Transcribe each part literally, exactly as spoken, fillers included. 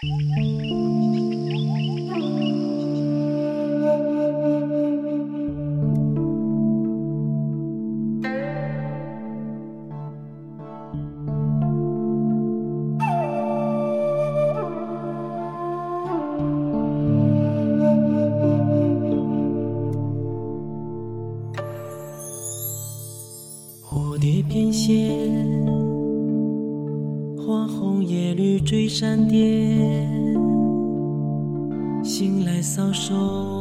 蝴蝶翩跹，花红叶绿追闪电，醒来搔首，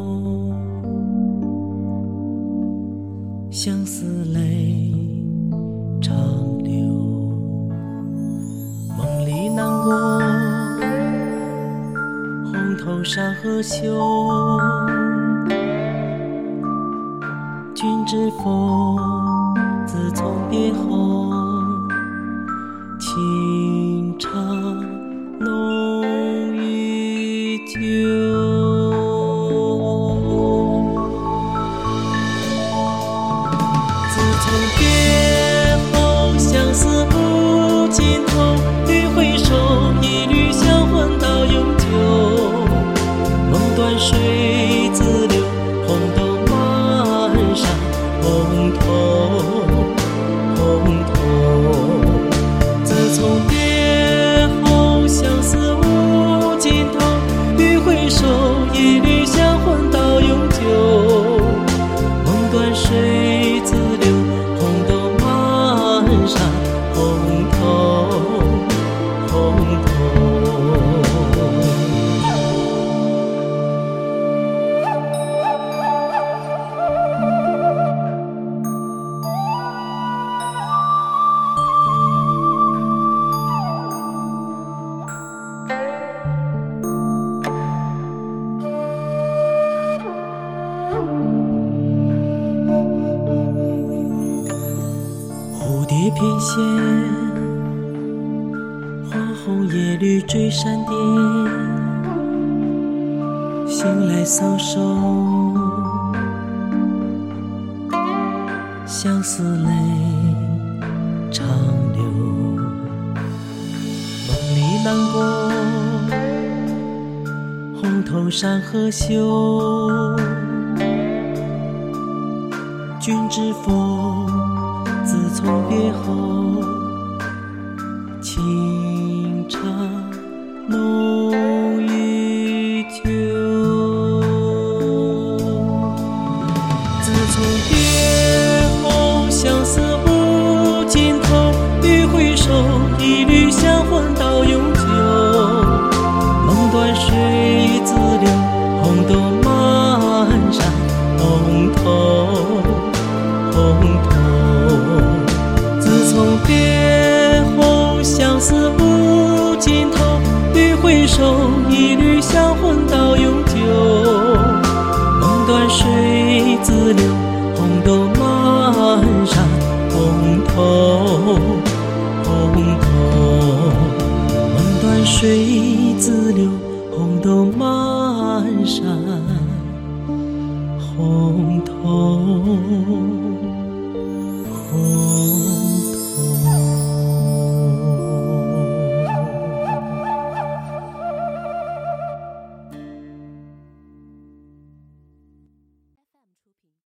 相思泪长流。梦里南国，红头山河秀，君知否？自从别后，情长浓于酒。自从别后，相思无尽头，欲回首，一缕香魂到永久。梦断水自流，红豆满山红透。从别后，相思无尽头，欲回首，一缕香魂到永久。梦断水自流，红豆满山红透红透。蝴蝶翩跹，花红叶绿追闪电，醒来搔首，相思泪长流。梦里南国，红头山河秀，君知否？自从别后，情长浓于酒。自从别后，相思无尽头，欲回首，一缕香魂到永久。梦断水自流，红豆满山红透红透。从别后，相思无尽头，欲回首，一缕香魂到永久。梦断水自流，红豆满山红透红透。梦断水自流，红豆满山红透。